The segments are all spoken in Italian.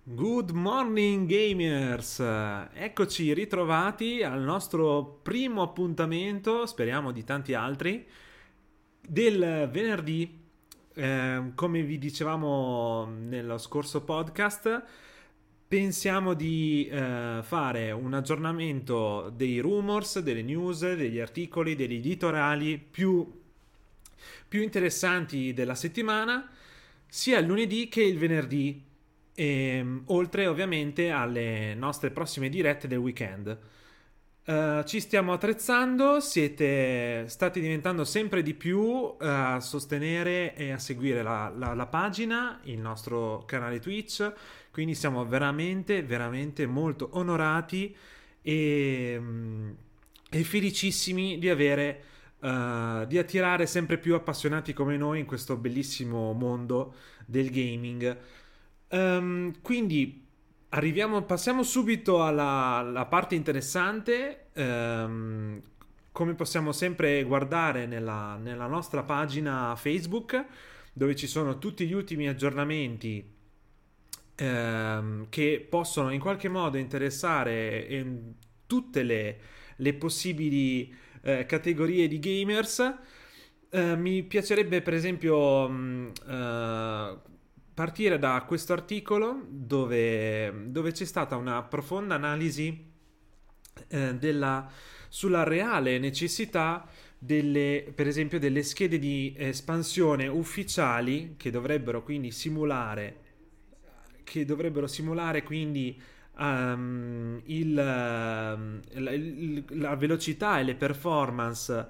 Good morning gamers! Eccoci ritrovati al nostro primo appuntamento, speriamo di tanti altri, del venerdì. Come vi dicevamo nello scorso podcast, pensiamo di fare un aggiornamento dei rumors, delle news, degli articoli, degli editoriali più interessanti della settimana, sia il lunedì che il venerdì, oltre ovviamente alle nostre prossime dirette del weekend. Ci stiamo attrezzando, state diventando sempre di più a sostenere e a seguire la pagina, il nostro canale Twitch, quindi siamo veramente, veramente molto onorati e, e felicissimi di attirare sempre più appassionati come noi in questo bellissimo mondo del gaming. Quindi passiamo subito alla parte interessante. Come possiamo sempre guardare nella nostra pagina Facebook, dove ci sono tutti gli ultimi aggiornamenti che possono in qualche modo interessare tutte le possibili categorie di gamers. Mi piacerebbe per esempio partire da questo articolo dove c'è stata una profonda analisi sulla reale necessità per esempio delle schede di espansione ufficiali che dovrebbero simulare quindi la velocità e le performance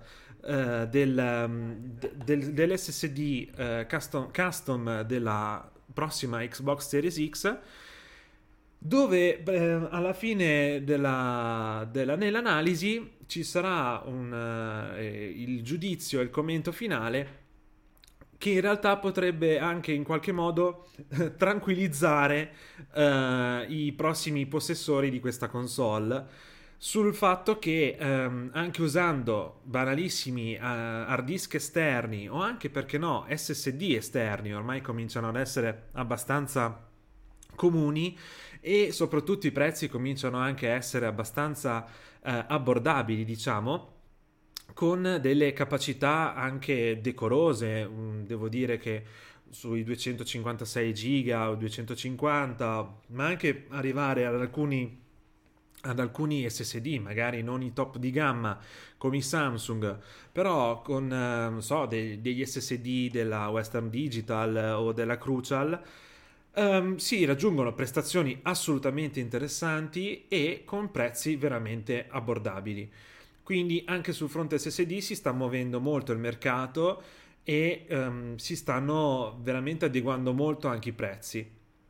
dell'SSD custom della prossima Xbox Series X, dove alla fine nell'analisi ci sarà il giudizio e il commento finale che in realtà potrebbe anche in qualche modo tranquillizzare i prossimi possessori di questa console sul fatto che anche usando banalissimi hard disk esterni o anche perché no SSD esterni ormai cominciano ad essere abbastanza comuni e soprattutto i prezzi cominciano anche a essere abbastanza abbordabili, diciamo, con delle capacità anche decorose. Devo dire che sui 256 giga o 250, ma anche arrivare ad alcuni SSD, magari non i top di gamma come i Samsung, però con non so, degli SSD della Western Digital o della Crucial. Si raggiungono prestazioni assolutamente interessanti e con prezzi veramente abbordabili. Quindi anche sul fronte SSD si sta muovendo molto il mercato e si stanno veramente adeguando molto anche i prezzi.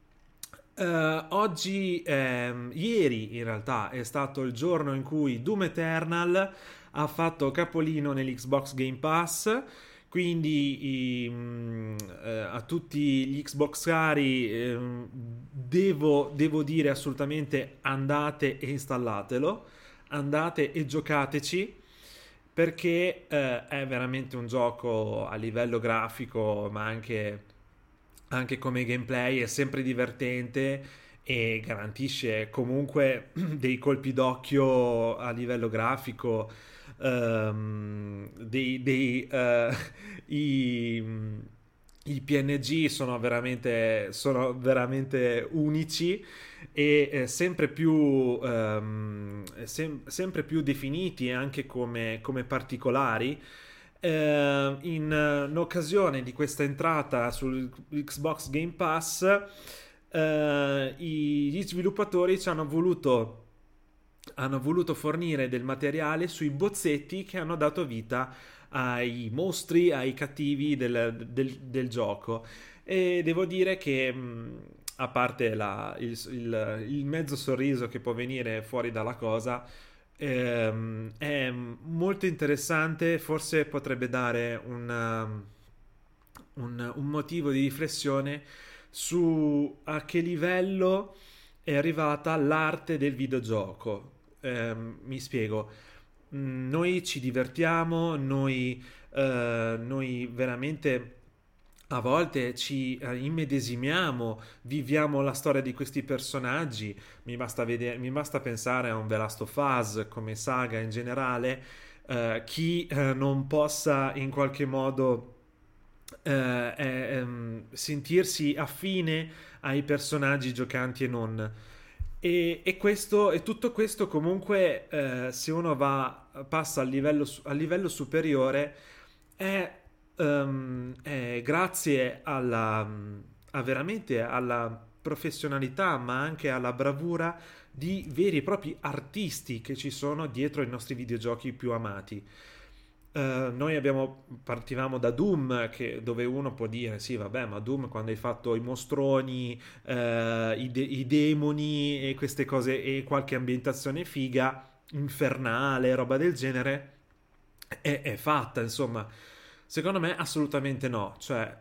Ieri in realtà è stato il giorno in cui Doom Eternal ha fatto capolino nell'Xbox Game Pass, quindi a tutti gli Xbox cari devo dire assolutamente andate e installatelo, andate e giocateci perché è veramente un gioco a livello grafico ma anche come gameplay è sempre divertente e garantisce comunque dei colpi d'occhio a livello grafico, i, i PNG sono veramente unici e sempre più definiti anche come particolari. In occasione di questa entrata sul Xbox Game Pass, gli sviluppatori hanno voluto fornire del materiale sui bozzetti che hanno dato vita ai mostri, ai cattivi del gioco. E devo dire che, a parte il mezzo sorriso che può venire fuori dalla cosa, è molto interessante. Forse potrebbe dare un motivo di riflessione su a che livello è arrivata l'arte del videogioco. Mi spiego. Noi ci divertiamo, noi veramente A volte ci immedesimiamo, viviamo la storia di questi personaggi. Mi basta pensare a un The Last of Us come saga in generale. Chi non possa in qualche modo sentirsi affine ai personaggi giocanti e non. E tutto questo comunque, se uno passa al livello superiore, è grazie veramente alla professionalità, ma anche alla bravura di veri e propri artisti che ci sono dietro i nostri videogiochi più amati. Partivamo da Doom, dove uno può dire: sì, vabbè, ma Doom, quando hai fatto i mostroni, i demoni e queste cose, e qualche ambientazione figa, infernale, roba del genere, è fatta, insomma. Secondo me assolutamente no, cioè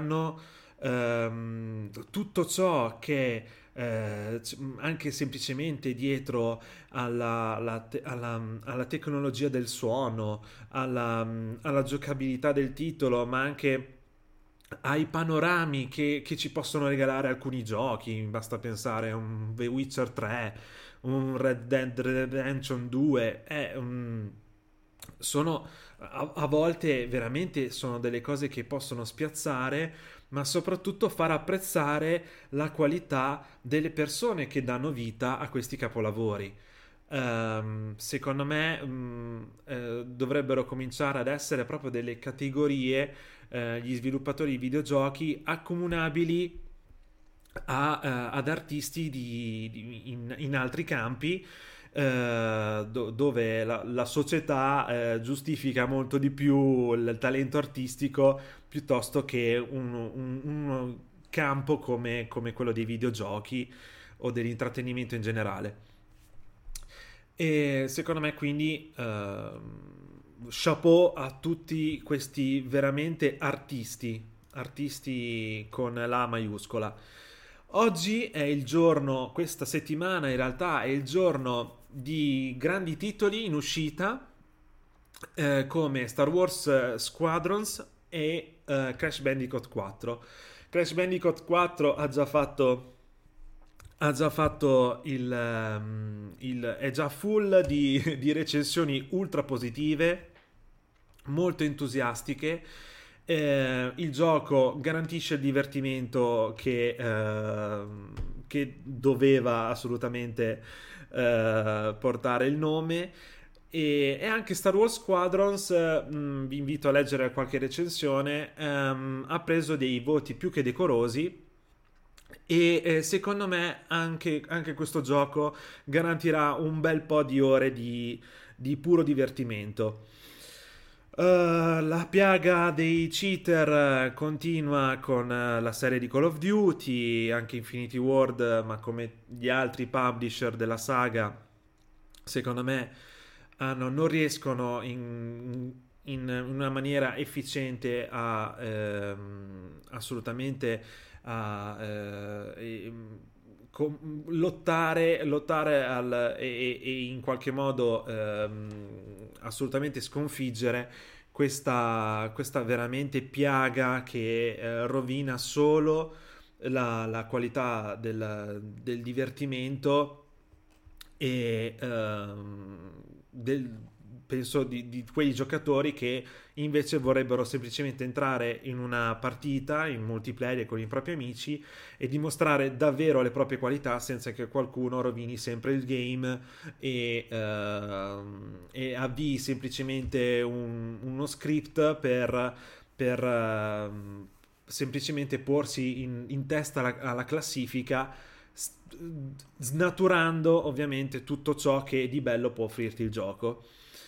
tutto ciò che anche semplicemente dietro alla tecnologia del suono, alla giocabilità del titolo, ma anche ai panorami che ci possono regalare alcuni giochi. Basta pensare a un The Witcher 3, un Red Dead Redemption 2. Sono a volte veramente sono delle cose che possono spiazzare, ma soprattutto far apprezzare la qualità delle persone che danno vita a questi capolavori. Secondo me dovrebbero cominciare ad essere proprio delle categorie, gli sviluppatori di videogiochi accomunabili ad artisti in altri campi, dove la società giustifica molto di più il talento artistico piuttosto che un campo come quello dei videogiochi o dell'intrattenimento in generale. E secondo me quindi chapeau a tutti questi veramente artisti con la maiuscola. Oggi è il giorno, questa settimana in realtà è il giorno di grandi titoli in uscita, come Star Wars Squadrons e Crash Bandicoot 4. Crash Bandicoot 4 ha già fatto è già full di recensioni ultra positive, molto entusiastiche. Il gioco garantisce il divertimento che doveva assolutamente portare il nome. E anche Star Wars Squadrons, vi invito a leggere qualche recensione, ha preso dei voti più che decorosi. E secondo me anche questo gioco garantirà un bel po' di ore di puro divertimento. La piaga dei cheater continua con la serie di Call of Duty, anche Infinity Ward, ma come gli altri publisher della saga, secondo me non riescono in una maniera efficiente assolutamente a lottare e in qualche modo assolutamente sconfiggere questa veramente piaga che rovina solo la qualità del divertimento e penso di quei giocatori che invece vorrebbero semplicemente entrare in una partita in multiplayer con i propri amici e dimostrare davvero le proprie qualità senza che qualcuno rovini sempre il game e avvii semplicemente uno script per semplicemente porsi in testa alla classifica, snaturando ovviamente tutto ciò che di bello può offrirti il gioco.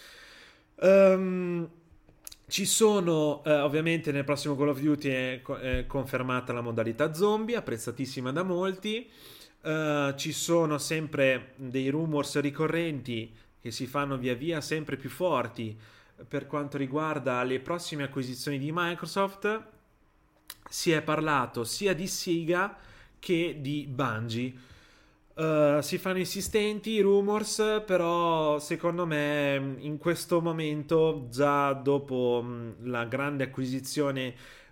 Ehm, Ci sono ovviamente nel prossimo Call of Duty è confermata la modalità zombie, apprezzatissima da molti. Ci sono sempre dei rumors ricorrenti che si fanno via via sempre più forti per quanto riguarda le prossime acquisizioni di Microsoft. Si è parlato sia di Sega che di Bungie. Si fanno insistenti i rumors, però secondo me in questo momento, già dopo la grande acquisizione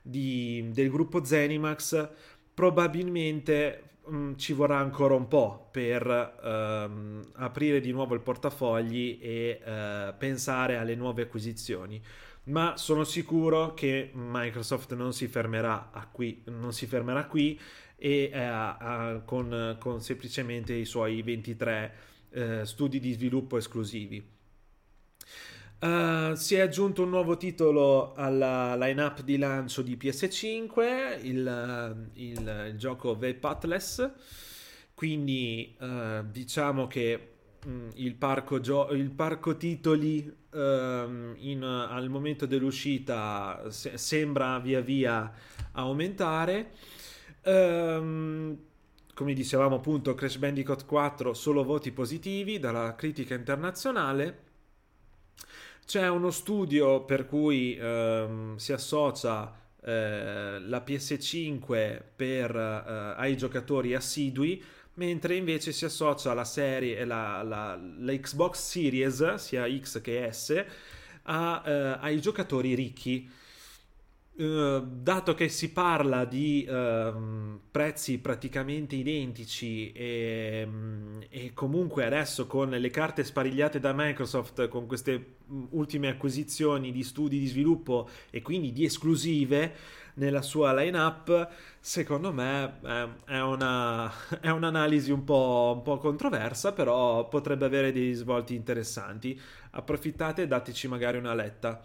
del gruppo Zenimax, probabilmente ci vorrà ancora un po' per aprire di nuovo il portafogli e pensare alle nuove acquisizioni. Ma sono sicuro che Microsoft non si fermerà qui, non si fermerà qui e con semplicemente i suoi 23 studi di sviluppo esclusivi. Si è aggiunto un nuovo titolo alla lineup di lancio di PS5, il gioco The Pathless. Quindi diciamo che il parco titoli al momento dell'uscita sembra via via aumentare. Ehm, Come dicevamo appunto, Crash Bandicoot 4 solo voti positivi dalla critica internazionale. C'è uno studio per cui si associa la PS5 ai giocatori assidui, mentre invece si associa la serie, la Xbox Series, sia X che S, ai giocatori ricchi. Dato che si parla di prezzi praticamente identici e comunque adesso con le carte sparigliate da Microsoft con queste ultime acquisizioni di studi di sviluppo e quindi di esclusive nella sua lineup, secondo me è un'analisi un po' controversa, però potrebbe avere dei risvolti interessanti. Approfittate e dateci magari una letta.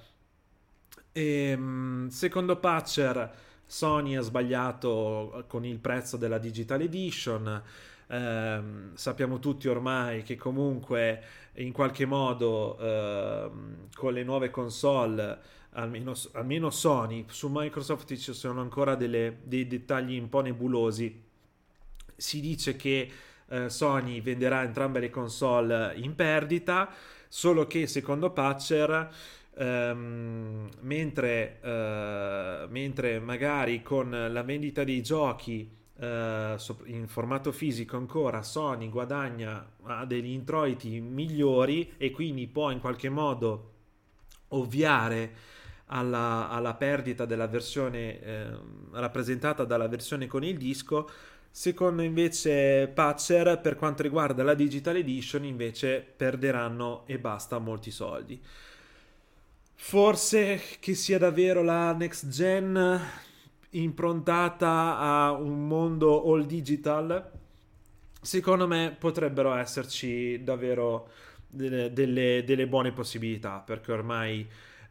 Secondo Patcher, Sony ha sbagliato con il prezzo della Digital Edition. Sappiamo tutti ormai che comunque in qualche modo con le nuove console, almeno Sony, su Microsoft ci sono ancora dei dettagli un po' nebulosi. Si dice che Sony venderà entrambe le console in perdita, solo che secondo Patcher mentre magari con la vendita dei giochi in formato fisico ancora Sony guadagna degli introiti migliori e quindi può in qualche modo ovviare alla perdita della versione rappresentata dalla versione con il disco. Secondo invece Patcher, per quanto riguarda la Digital Edition, invece perderanno e basta molti soldi. Forse che sia davvero la next gen improntata a un mondo all digital, secondo me potrebbero esserci davvero delle buone possibilità, perché ormai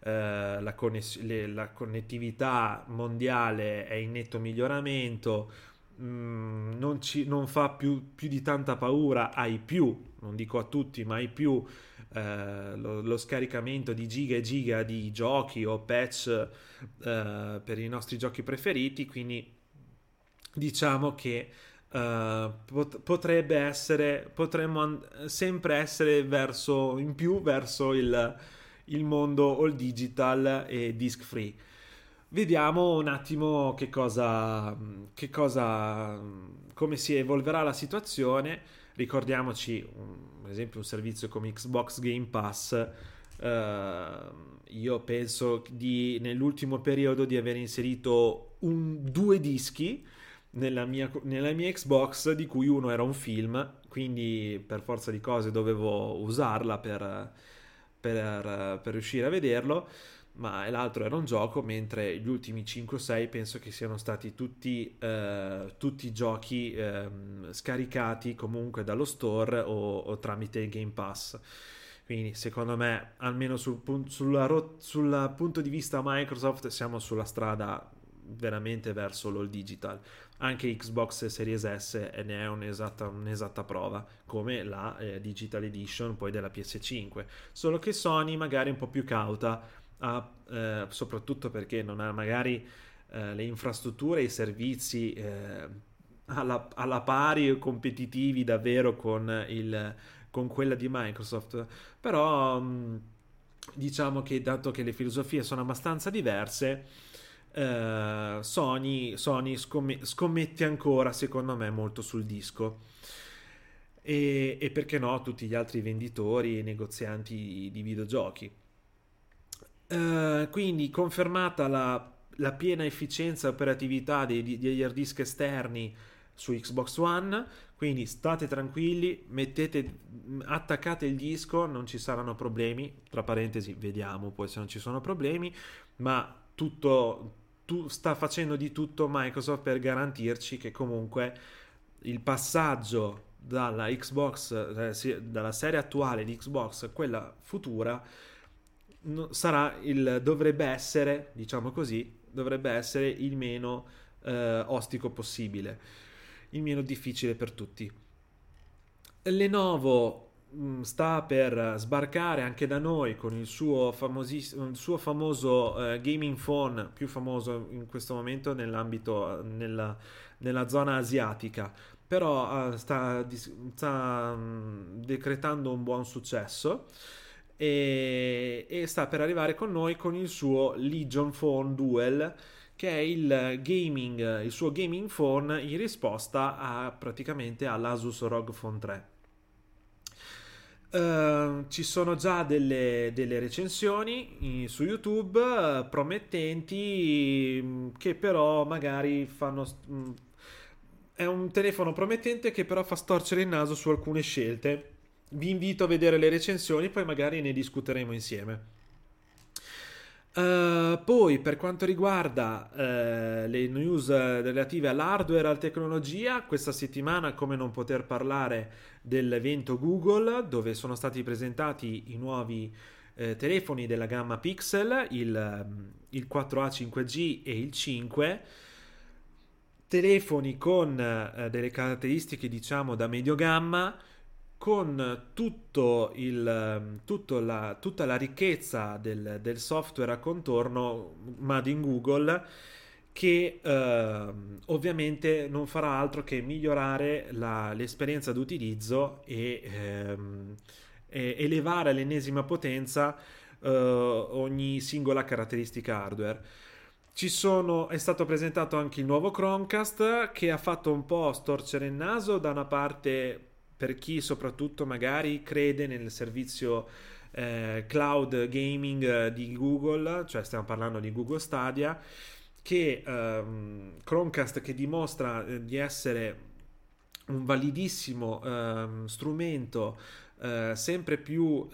la connettività mondiale è in netto miglioramento. Non fa più di tanta paura ai più, non dico a tutti, ma ai più lo scaricamento di giga e giga di giochi o patch per i nostri giochi preferiti, quindi diciamo che potremmo sempre essere verso il mondo all digital e disc free. Vediamo un attimo come si evolverà la situazione. Ricordiamoci, per esempio, un servizio come Xbox Game Pass. Io penso nell'ultimo periodo di aver inserito due dischi nella mia Xbox, di cui uno era un film, quindi per forza di cose dovevo usarla per riuscire a vederlo, ma l'altro era un gioco, mentre gli ultimi 5 o 6 penso che siano stati tutti giochi scaricati comunque dallo store o tramite il Game Pass. Quindi secondo me, almeno sul punto di vista Microsoft, siamo sulla strada veramente verso l'all digital. Anche Xbox Series S ne è un'esatta prova, come la Digital Edition poi della PS5. Solo che Sony magari è un po' più cauta, soprattutto perché non ha magari le infrastrutture e i servizi alla pari o competitivi davvero con quella di Microsoft. Però diciamo che dato che le filosofie sono abbastanza diverse, Sony scommette ancora, secondo me, molto sul disco. E perché no, tutti gli altri venditori e negozianti di videogiochi. Quindi confermata la piena efficienza e operatività degli hard disk esterni su Xbox One, quindi state tranquilli, attaccate il disco, non ci saranno problemi, tra parentesi vediamo poi se non ci sono problemi, ma sta facendo di tutto Microsoft per garantirci che comunque il passaggio dalla Xbox, dalla serie attuale di Xbox a quella futura, dovrebbe essere, diciamo così, dovrebbe essere il meno ostico possibile, il meno difficile per tutti. Lenovo sta per sbarcare anche da noi con il suo famoso gaming phone, più famoso in questo momento nella zona asiatica, però sta decretando un buon successo e sta per arrivare con noi con il suo Legion Phone Duel, che è il suo gaming phone in risposta praticamente all'Asus ROG Phone 3. Ci sono già delle recensioni su YouTube promettenti, che però magari è un telefono promettente che però fa storcere il naso su alcune scelte. Vi invito a vedere le recensioni, poi magari ne discuteremo insieme. Poi per quanto riguarda le news relative all'hardware e alla tecnologia, questa settimana come non poter parlare dell'evento Google, dove sono stati presentati i nuovi telefoni della gamma Pixel, il 4A 5G e il 5, telefoni con delle caratteristiche diciamo da medio gamma, con tutta la ricchezza del software a contorno Made in Google, che ovviamente non farà altro che migliorare l'esperienza d'utilizzo e elevare all'ennesima potenza ogni singola caratteristica hardware. È stato presentato anche il nuovo Chromecast, che ha fatto un po' storcere il naso da una parte per chi soprattutto magari crede nel servizio cloud gaming di Google, cioè stiamo parlando di Google Stadia, che Chromecast che dimostra di essere un validissimo strumento, sempre più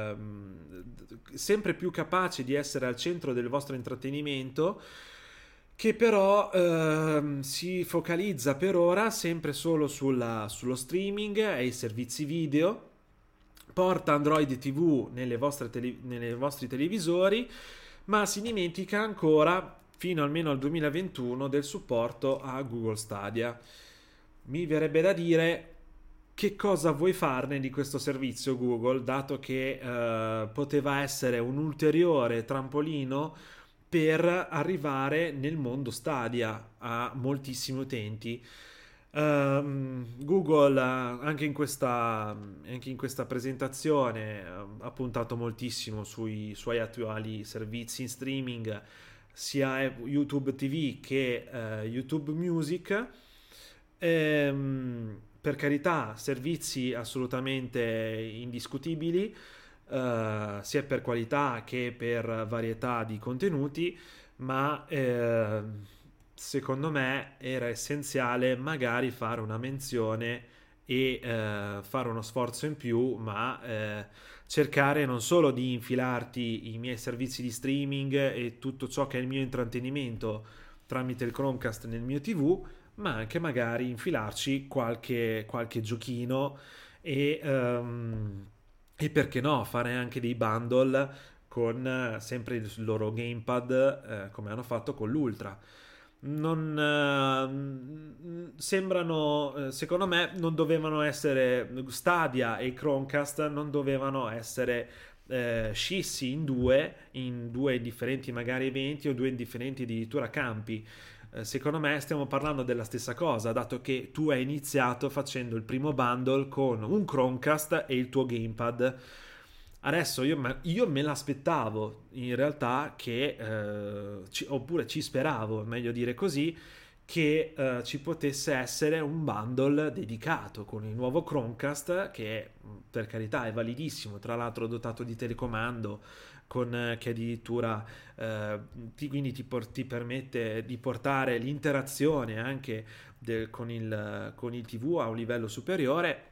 capace di essere al centro del vostro intrattenimento, che però si focalizza per ora sempre solo sullo streaming e i servizi video, porta Android TV nei vostri televisori, ma si dimentica ancora, fino almeno al 2021, del supporto a Google Stadia. Mi verrebbe da dire: che cosa vuoi farne di questo servizio Google, dato che poteva essere un ulteriore trampolino per arrivare nel mondo Stadia a moltissimi utenti. Google anche in questa presentazione ha puntato moltissimo sui suoi attuali servizi in streaming, sia YouTube TV che YouTube Music. Per carità, servizi assolutamente indiscutibili, sia per qualità che per varietà di contenuti, ma secondo me era essenziale magari fare una menzione e fare uno sforzo in più, ma cercare non solo di infilarti i miei servizi di streaming e tutto ciò che è il mio intrattenimento tramite il Chromecast nel mio TV, ma anche magari infilarci qualche giochino e perché no, fare anche dei bundle con sempre il loro gamepad, come hanno fatto con l'Ultra. Sembrano, secondo me, non dovevano essere Stadia e Chromecast, non dovevano essere scissi in due differenti magari eventi o due differenti addirittura campi. Secondo me stiamo parlando della stessa cosa, dato che tu hai iniziato facendo il primo bundle con un Chromecast e il tuo gamepad. Adesso io me l'aspettavo in realtà oppure ci speravo, meglio dire così, che ci potesse essere un bundle dedicato con il nuovo Chromecast, che per carità è validissimo, tra l'altro dotato di telecomando, che addirittura quindi ti permette di portare l'interazione anche con il TV a un livello superiore,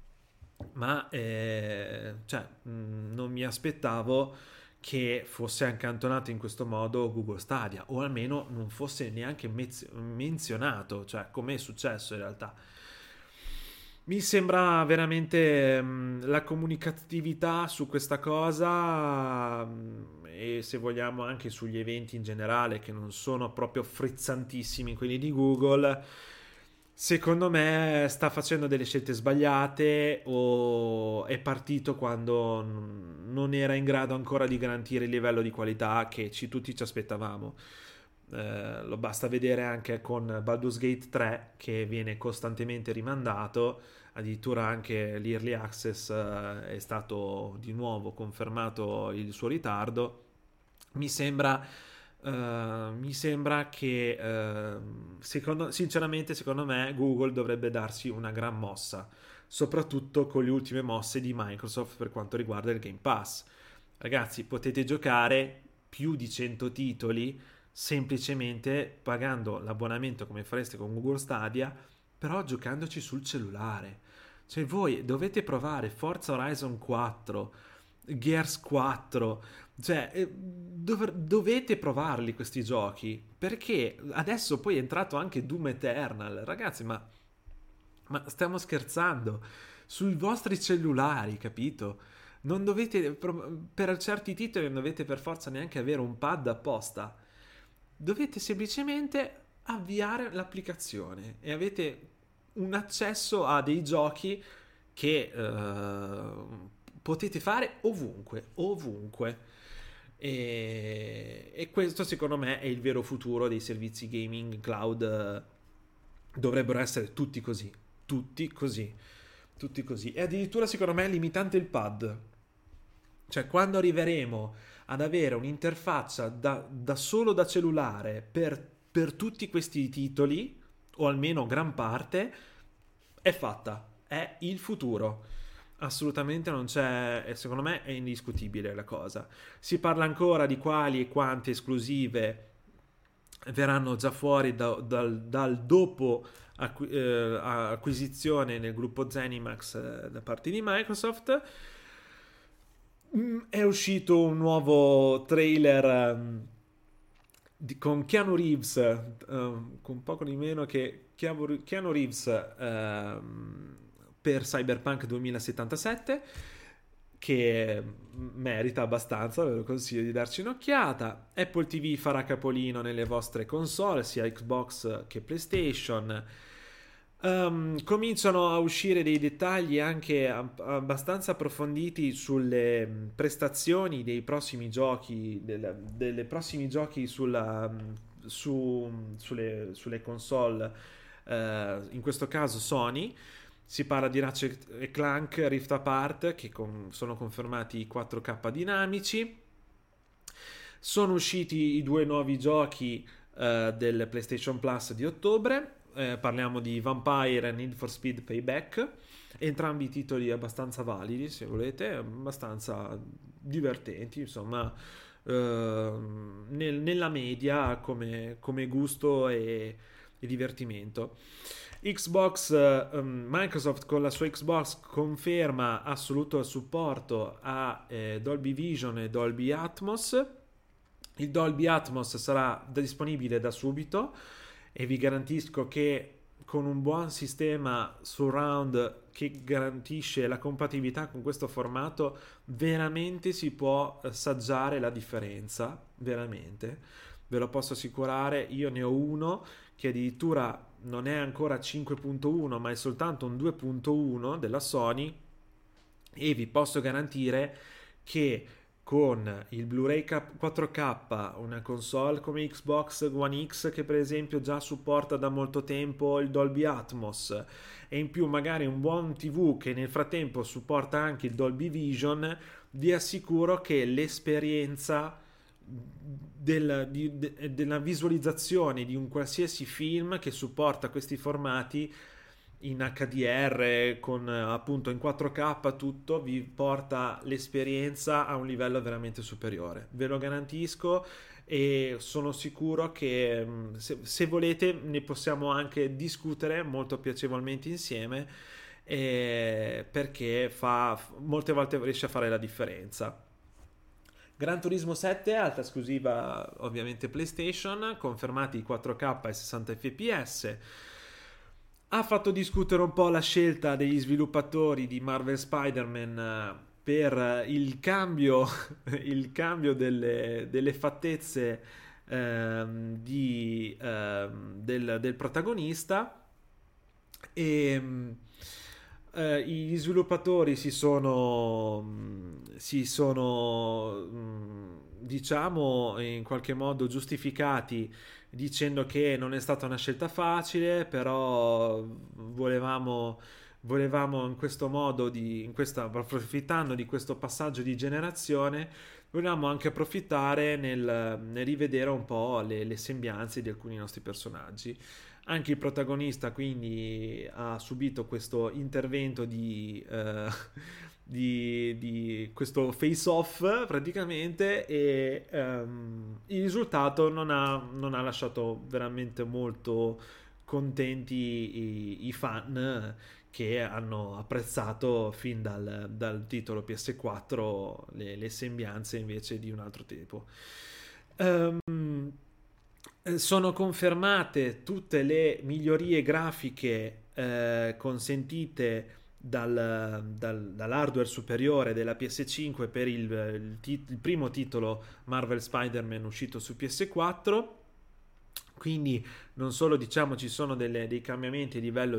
ma cioè, non mi aspettavo che fosse accantonato in questo modo Google Stadia, o almeno non fosse neanche menzionato, cioè come è successo in realtà. Mi sembra veramente la comunicatività su questa cosa, e se vogliamo anche sugli eventi in generale, che non sono proprio frizzantissimi quelli di Google, secondo me sta facendo delle scelte sbagliate o è partito quando non era in grado ancora di garantire il livello di qualità che tutti ci aspettavamo. Lo basta vedere anche con Baldur's Gate 3 che viene costantemente rimandato, addirittura anche l'Early Access è stato di nuovo confermato il suo ritardo. Mi sembra, mi sembra che sinceramente secondo me Google dovrebbe darsi una gran mossa, soprattutto con le ultime mosse di Microsoft per quanto riguarda il Game Pass. Ragazzi, potete giocare più di 100 titoli semplicemente pagando l'abbonamento come fareste con Google Stadia, però giocandoci sul cellulare. Cioè voi dovete provare Forza Horizon 4, Gears 4, cioè dovete provarli questi giochi, perché adesso poi è entrato anche Doom Eternal. Ragazzi, ma stiamo scherzando? Sui vostri cellulari, capito? Non dovete, per certi titoli non dovete per forza neanche avere un pad apposta. Dovete semplicemente avviare l'applicazione e avete un accesso a dei giochi che potete fare ovunque, ovunque. E questo secondo me è il vero futuro dei servizi gaming cloud. Dovrebbero essere tutti così, tutti così, tutti così. E addirittura secondo me è limitante il pad. Cioè, quando arriveremo ad avere un'interfaccia da solo da cellulare per tutti questi titoli, o almeno gran parte, è fatta. È il futuro. Assolutamente non c'è, e secondo me è indiscutibile la cosa. Si parla ancora di quali e quante esclusive verranno già fuori dal dopo acquisizione nel gruppo Zenimax da parte di Microsoft. È uscito un nuovo trailer con Keanu Reeves, con poco di meno che Keanu Reeves per Cyberpunk 2077, che merita abbastanza, ve lo consiglio di darci un'occhiata. Apple TV farà capolino nelle vostre console, sia Xbox che PlayStation. Cominciano a uscire dei dettagli anche abbastanza approfonditi sulle prestazioni dei prossimi giochi, delle prossimi giochi sulle console, in questo caso Sony. Si parla di Ratchet e Clank Rift Apart, che sono confermati i 4K dinamici. Sono usciti i due nuovi giochi del PlayStation Plus di ottobre. Parliamo di Vampire e Need for Speed Payback, entrambi titoli abbastanza validi, se volete, abbastanza divertenti, insomma, nella media come gusto e divertimento. Microsoft con la sua Xbox conferma assoluto supporto a Dolby Vision e Dolby Atmos. Il Dolby Atmos sarà disponibile da subito e vi garantisco che con un buon sistema surround che garantisce la compatibilità con questo formato veramente si può assaggiare la differenza, veramente, ve lo posso assicurare. Io ne ho uno che addirittura non è ancora 5.1 ma è soltanto un 2.1 della Sony, e vi posso garantire che con il Blu-ray 4K, una console come Xbox One X che per esempio già supporta da molto tempo il Dolby Atmos, e in più magari un buon TV che nel frattempo supporta anche il Dolby Vision, vi assicuro che l'esperienza della visualizzazione di un qualsiasi film che supporta questi formati in HDR con appunto in 4K, tutto vi porta l'esperienza a un livello veramente superiore, ve lo garantisco. E sono sicuro che se volete ne possiamo anche discutere molto piacevolmente insieme, perché molte volte riesce a fare la differenza. Gran Turismo 7, alta esclusiva ovviamente PlayStation, confermati 4K e 60 fps. Ha fatto discutere un po' la scelta degli sviluppatori di Marvel Spider-Man per il cambio delle fattezze del protagonista. E gli sviluppatori diciamo in qualche modo giustificati dicendo che non è stata una scelta facile, però volevamo in questo modo, approfittando di questo passaggio di generazione, volevamo anche approfittare nel rivedere un po' le sembianze di alcuni nostri personaggi. Anche il protagonista quindi ha subito questo intervento di questo face off praticamente, e il risultato non ha lasciato veramente molto contenti i fan, che hanno apprezzato fin dal titolo PS4 le sembianze invece di un altro tipo. Ehm, sono confermate tutte le migliorie grafiche consentite dall'hardware superiore della PS5 per il primo titolo Marvel Spider-Man uscito su PS4. Quindi non solo diciamo ci sono dei cambiamenti a livello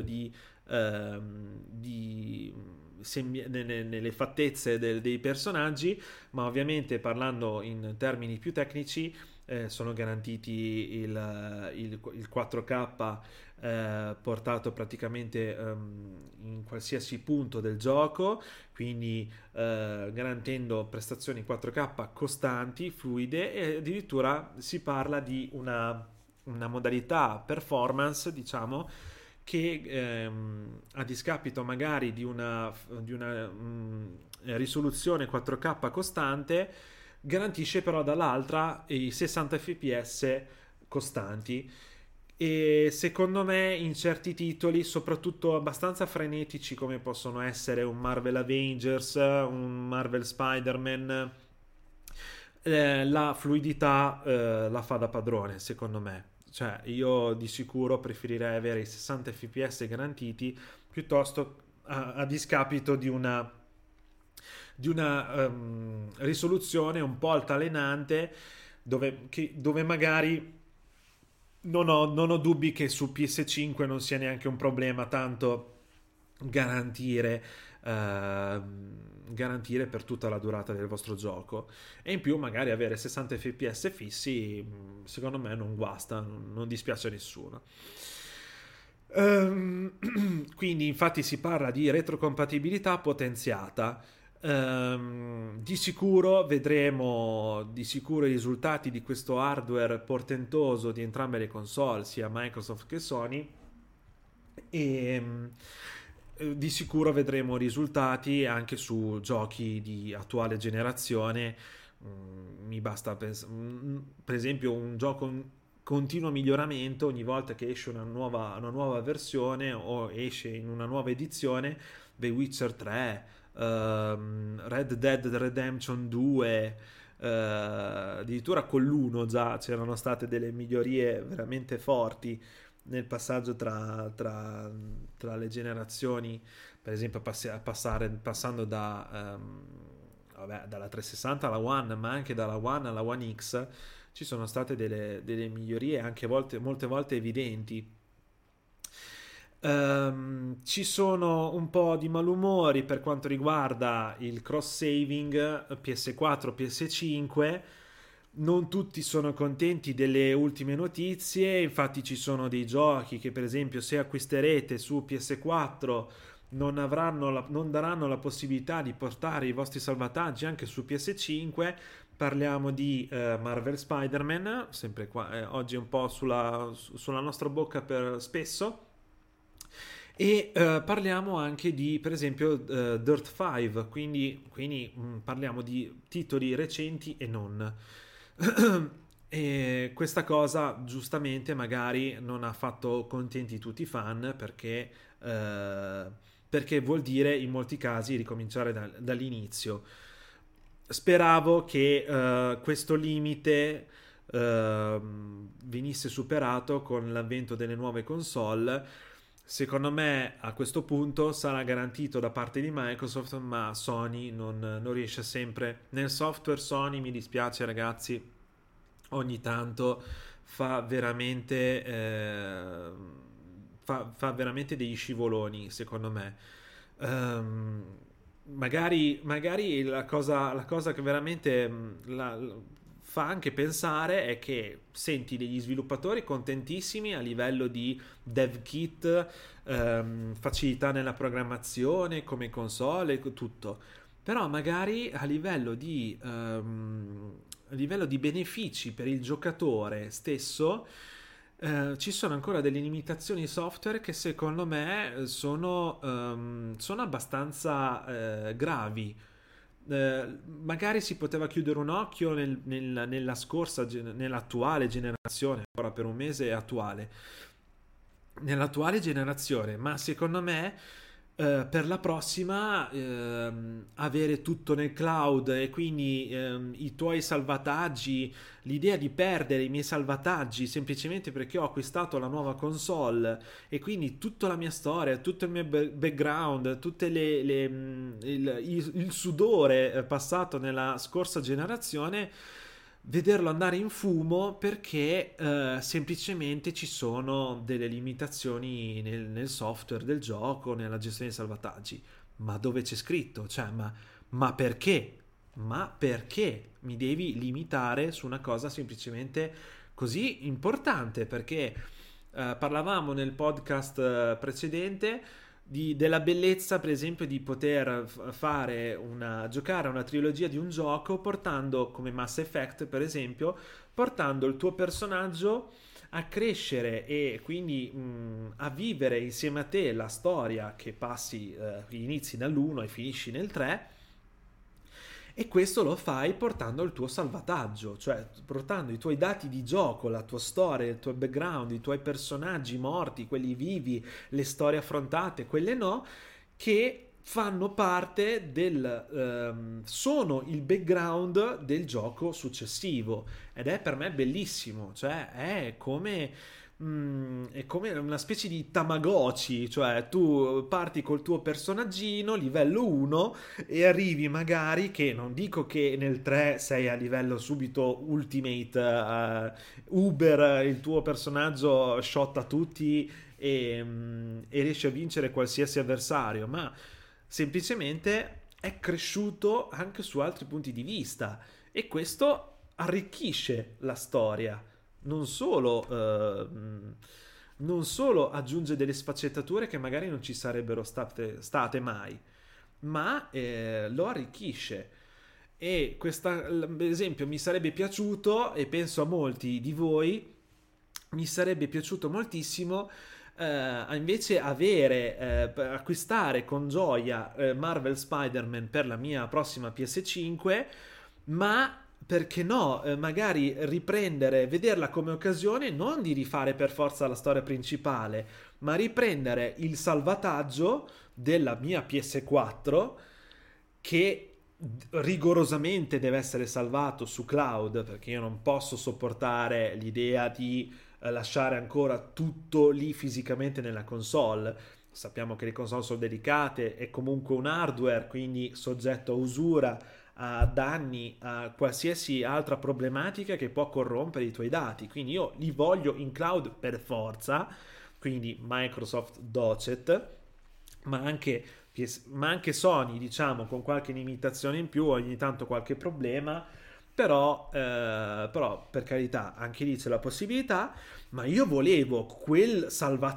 nelle fattezze dei personaggi, ma ovviamente parlando in termini più tecnici sono garantiti il 4K portato praticamente in qualsiasi punto del gioco, quindi garantendo prestazioni 4K costanti, fluide, e addirittura si parla di una modalità performance, diciamo, che a discapito magari di una risoluzione 4K costante, garantisce però dall'altra i 60 fps costanti. E secondo me in certi titoli, soprattutto abbastanza frenetici come possono essere un Marvel Avengers, un Marvel Spider-Man, la fluidità la fa da padrone secondo me. Cioè io di sicuro preferirei avere i 60 fps garantiti piuttosto a discapito di una risoluzione un po' altalenante, dove magari non ho dubbi che su PS5 non sia neanche un problema tanto garantire garantire per tutta la durata del vostro gioco. E in più magari avere 60 fps fissi secondo me non guasta, non dispiace a nessuno. Quindi infatti si parla di retrocompatibilità potenziata. Di sicuro vedremo i risultati di questo hardware portentoso di entrambe le console, sia Microsoft che Sony, e di sicuro vedremo risultati anche su giochi di attuale generazione. Mi basta per esempio un gioco in continuo miglioramento ogni volta che esce una nuova versione o esce in una nuova edizione. The Witcher 3, Red Dead Redemption 2, addirittura con l'1 già c'erano state delle migliorie veramente forti nel passaggio tra le generazioni, per esempio passando dalla 360 alla One, ma anche dalla One alla One X ci sono state delle migliorie anche molte volte evidenti. Ci sono un po' di malumori per quanto riguarda il cross saving PS4 PS5. Non tutti sono contenti delle ultime notizie, infatti ci sono dei giochi che per esempio se acquisterete su PS4 non daranno la possibilità di portare i vostri salvataggi anche su PS5, parliamo di Marvel Spider-Man, sempre qua, oggi è un po' sulla nostra bocca per spesso. E parliamo anche di, per esempio, Dirt 5, quindi parliamo di titoli recenti e non. E questa cosa giustamente magari non ha fatto contenti tutti i fan eh, perché vuol dire in molti casi ricominciare dall'inizio. Speravo che questo limite venisse superato con l'avvento delle nuove console. Secondo me a questo punto sarà garantito da parte di Microsoft, ma Sony non riesce sempre. Nel software Sony, mi dispiace ragazzi, ogni tanto fa veramente, fa veramente degli scivoloni, secondo me. Ehm, magari la cosa che veramente fa anche pensare è che senti degli sviluppatori contentissimi a livello di dev kit, facilità nella programmazione, come console, tutto. Però magari a livello di benefici per il giocatore stesso, ci sono ancora delle limitazioni software che secondo me sono abbastanza gravi. Magari si poteva chiudere un occhio nell'attuale generazione, ancora per un mese è attuale, nell'attuale generazione, ma secondo me per la prossima avere tutto nel cloud e quindi i tuoi salvataggi, l'idea di perdere i miei salvataggi semplicemente perché ho acquistato la nuova console e quindi tutta la mia storia, tutto il mio background, tutte il sudore passato nella scorsa generazione, vederlo andare in fumo perché semplicemente ci sono delle limitazioni nel software del gioco, nella gestione dei salvataggi. Ma dove c'è scritto? Cioè, ma perché? Ma perché mi devi limitare su una cosa semplicemente così importante? Perché parlavamo nel podcast precedente della bellezza, per esempio, di poter giocare a una trilogia di un gioco portando, come Mass Effect, per esempio, portando il tuo personaggio a crescere e quindi a vivere insieme a te la storia che inizi dall'1 e finisci nel 3, e questo lo fai portando il tuo salvataggio, cioè portando i tuoi dati di gioco, la tua storia, il tuo background, i tuoi personaggi morti, quelli vivi, le storie affrontate, quelle no, che fanno parte sono il background del gioco successivo, ed è per me bellissimo, cioè è come una specie di Tamagotchi, cioè tu parti col tuo personaggino livello 1 e arrivi magari, che non dico che nel 3 sei a livello subito ultimate, Uber, il tuo personaggio shotta tutti e riesci a vincere qualsiasi avversario, ma semplicemente è cresciuto anche su altri punti di vista e questo arricchisce la storia, non solo, non solo aggiunge delle sfaccettature che magari non ci sarebbero state mai, ma lo arricchisce. E questa, per esempio, mi sarebbe piaciuto, e penso a molti di voi, mi sarebbe piaciuto moltissimo invece acquistare con gioia Marvel Spider-Man per la mia prossima PS5, ma perché no, magari riprendere, vederla come occasione non di rifare per forza la storia principale, ma riprendere il salvataggio della mia PS4 che rigorosamente deve essere salvato su cloud, perché io non posso sopportare l'idea di lasciare ancora tutto lì fisicamente nella console. Sappiamo che le console sono delicate, è comunque un hardware, quindi soggetto a usura, a danni, a qualsiasi altra problematica che può corrompere i tuoi dati. Quindi io li voglio in cloud per forza, quindi Microsoft docet, ma anche Sony, diciamo, con qualche limitazione in più, ogni tanto qualche problema, però per carità, anche lì c'è la possibilità, ma io volevo quel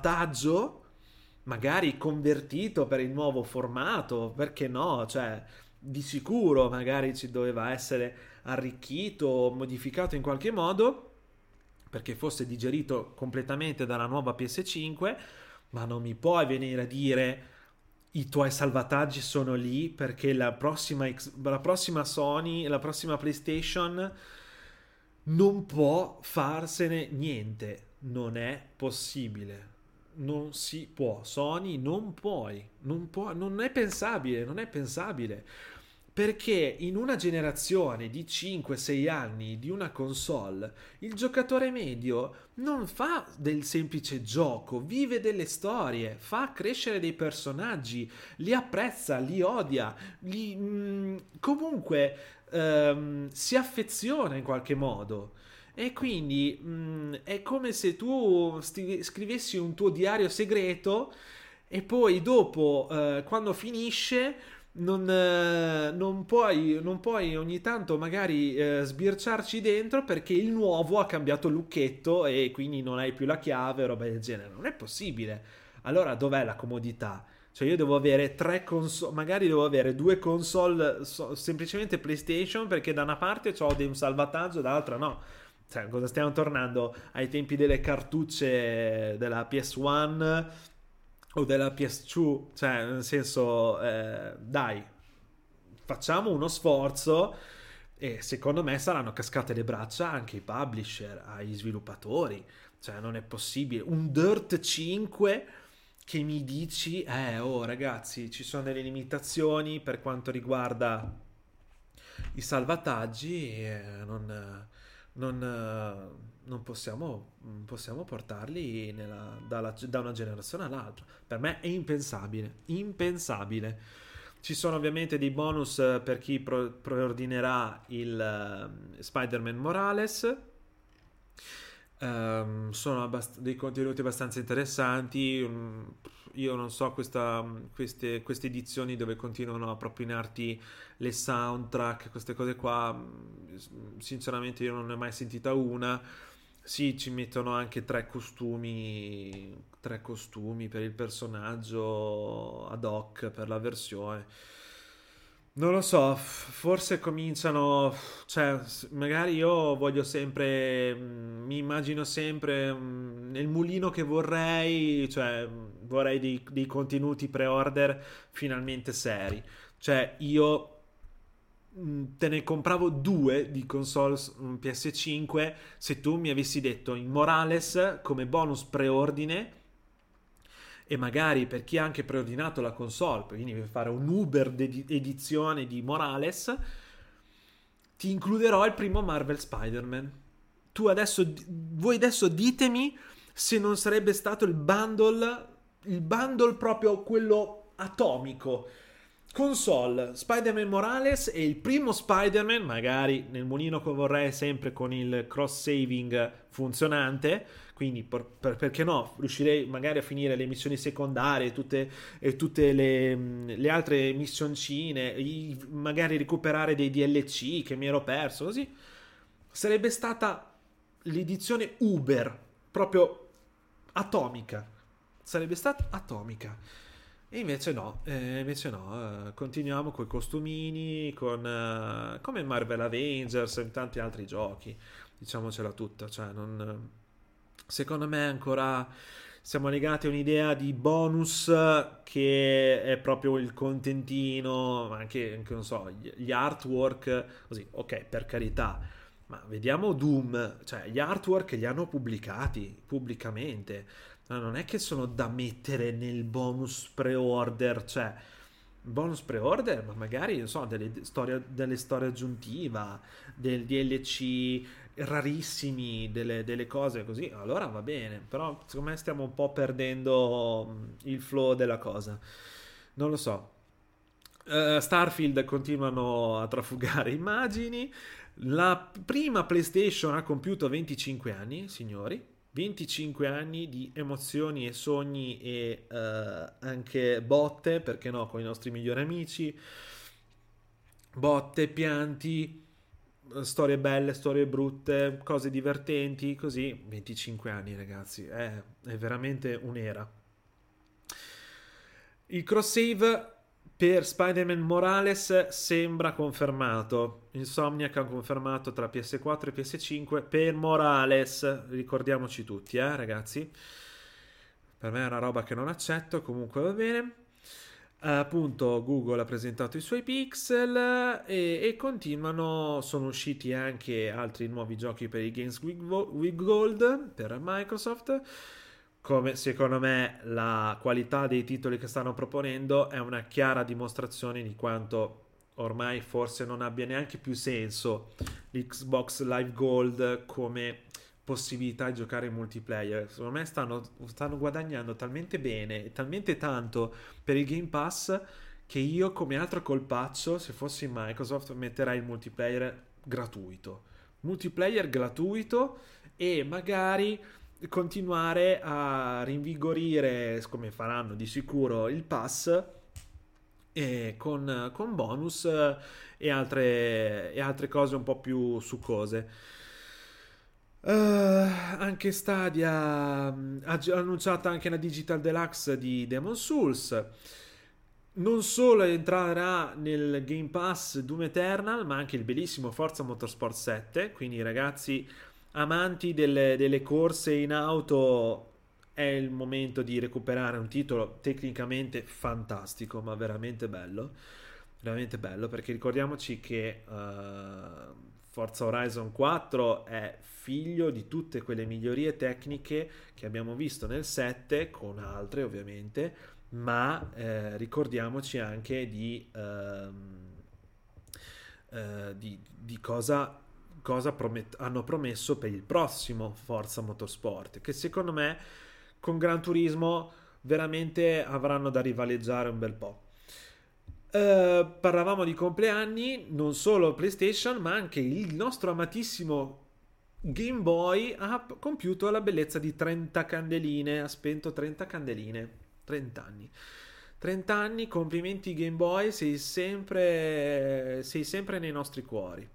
salvataggio magari convertito per il nuovo formato, perché no? Cioè, di sicuro magari ci doveva essere arricchito o modificato in qualche modo perché fosse digerito completamente dalla nuova PS5, ma non mi puoi venire a dire i tuoi salvataggi sono lì perché la prossima Sony, la prossima PlayStation non può farsene niente. Non è possibile. Non si può. Sony non puoi. Non può, non è pensabile, non è pensabile. Perché in una generazione di 5-6 anni di una console, il giocatore medio non fa del semplice gioco, vive delle storie, fa crescere dei personaggi, li apprezza, li odia, comunque si affeziona in qualche modo. E quindi è come se tu scrivessi un tuo diario segreto e poi dopo, quando finisce, non puoi ogni tanto magari sbirciarci dentro perché il nuovo ha cambiato lucchetto e quindi non hai più la chiave o roba del genere. Non è possibile. Allora dov'è la comodità? Cioè io devo avere tre console, magari devo avere due console semplicemente PlayStation perché da una parte ho un salvataggio, dall'altra no. Cioè, cosa stiamo tornando ai tempi delle cartucce della PS1 o della PS2? Cioè, nel senso, dai, facciamo uno sforzo e secondo me saranno cascate le braccia anche ai publisher, ai sviluppatori. Cioè, non è possibile. Un Dirt 5 che mi dici, oh ragazzi, ci sono delle limitazioni per quanto riguarda i salvataggi, non possiamo portarli da una generazione all'altra. Per me è impensabile, impensabile. Ci sono ovviamente dei bonus per chi preordinerà il Spider-Man Morales. Dei contenuti abbastanza interessanti. Io non so queste edizioni dove continuano a propinarti le soundtrack, queste cose qua. Sinceramente, io non ne ho mai sentita una. Sì, ci mettono anche tre costumi per il personaggio ad hoc per la versione. Non lo so, forse cominciano, cioè, magari io voglio sempre, mi immagino sempre nel mulino che vorrei, cioè, vorrei dei contenuti pre-order finalmente seri. Cioè, io te ne compravo due di console PS5 se tu mi avessi detto in Morales come bonus preordine e magari per chi ha anche preordinato la console, quindi per fare un Uber edizione di Morales, ti includerò il primo Marvel Spider-Man. Tu adesso, voi adesso ditemi se non sarebbe stato il bundle proprio quello atomico. Console, Spider-Man Morales e il primo Spider-Man, magari nel mulino che vorrei sempre con il cross-saving funzionante, quindi perché no, riuscirei magari a finire le missioni secondarie e tutte le altre missioncine, magari recuperare dei DLC che mi ero perso, così. Sarebbe stata l'edizione Uber, proprio atomica. Sarebbe stata atomica. E invece no, continuiamo con i costumini, come Marvel Avengers e tanti altri giochi, diciamocela tutta, cioè non, secondo me ancora siamo legati a un'idea di bonus che è proprio il contentino, ma anche non so, gli artwork, così, ok, per carità, ma vediamo Doom, cioè gli artwork li hanno pubblicati pubblicamente. No, non è che sono da mettere nel bonus pre-order, cioè bonus pre-order, ma magari non so, delle storie aggiuntiva, del DLC rarissimi, delle cose così, allora va bene, però secondo me stiamo un po' perdendo il flow della cosa. Non lo so. Starfield continuano a trafugare immagini. La prima PlayStation ha compiuto 25 anni, signori. 25 anni di emozioni e sogni e anche botte, perché no, con i nostri migliori amici. Botte, pianti, storie belle, storie brutte, cose divertenti, così. 25 anni, ragazzi, è veramente un'era. Il cross save Per Spider-Man Morales sembra confermato. Insomniac ha confermato tra PS4 e PS5 per Morales. Ricordiamoci tutti, ragazzi. Per me è una roba che non accetto, comunque va bene. Appunto, Google ha presentato i suoi pixel e continuano. Sono usciti anche altri nuovi giochi per i Games with Gold per Microsoft. Come secondo me la qualità dei titoli che stanno proponendo è una chiara dimostrazione di quanto ormai forse non abbia neanche più senso l'Xbox Live Gold come possibilità di giocare in multiplayer. Secondo me stanno guadagnando talmente bene e talmente tanto per il Game Pass che io come altro colpaccio, se fossi Microsoft, metterei il multiplayer gratuito. Multiplayer gratuito e magari continuare a rinvigorire, come faranno di sicuro, il pass con bonus e altre cose un po' più succose. Anche Stadia ha annunciato anche la Digital Deluxe di Demon's Souls. Non solo entrerà nel Game Pass Doom Eternal, ma anche il bellissimo Forza Motorsport 7. Quindi, ragazzi, amanti delle corse in auto, è il momento di recuperare un titolo tecnicamente fantastico, ma veramente bello, perché ricordiamoci che Forza Horizon 4 è figlio di tutte quelle migliorie tecniche che abbiamo visto nel 7, con altre ovviamente, ma ricordiamoci anche di cosa hanno promesso per il prossimo Forza Motorsport, che secondo me con Gran Turismo veramente avranno da rivaleggiare un bel po'. Parlavamo di compleanni, non solo PlayStation, ma anche il nostro amatissimo Game Boy ha compiuto la bellezza di 30 candeline, ha spento 30 candeline, 30 anni. 30 anni, complimenti Game Boy, sei sempre nei nostri cuori.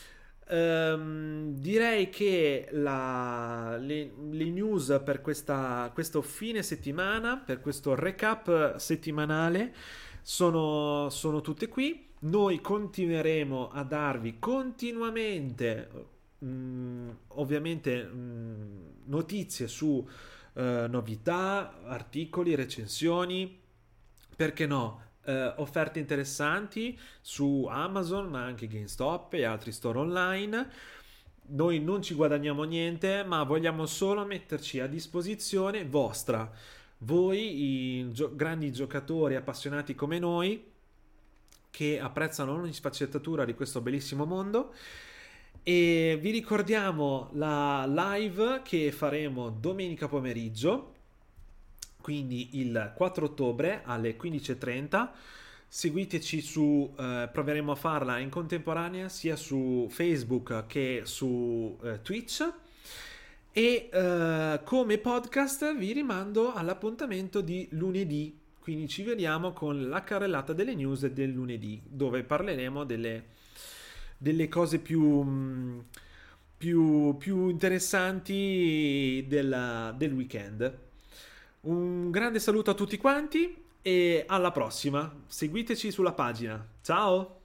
Direi che le news per questo fine settimana, per questo recap settimanale, sono tutte qui. Noi continueremo a darvi continuamente, ovviamente, notizie su novità, articoli, recensioni, perché no? Offerte interessanti su Amazon, ma anche GameStop e altri store online. Noi non ci guadagniamo niente, ma vogliamo solo metterci a disposizione vostra. Voi, grandi giocatori appassionati come noi, che apprezzano ogni sfaccettatura di questo bellissimo mondo. E vi ricordiamo la live che faremo domenica pomeriggio, quindi il 4 ottobre alle 15:30. Seguiteci proveremo a farla in contemporanea sia su Facebook che su Twitch. E come podcast vi rimando all'appuntamento di lunedì, quindi ci vediamo con la carrellata delle news del lunedì, dove parleremo delle cose più interessanti del weekend. Un grande saluto a tutti quanti e alla prossima. Seguiteci sulla pagina. Ciao!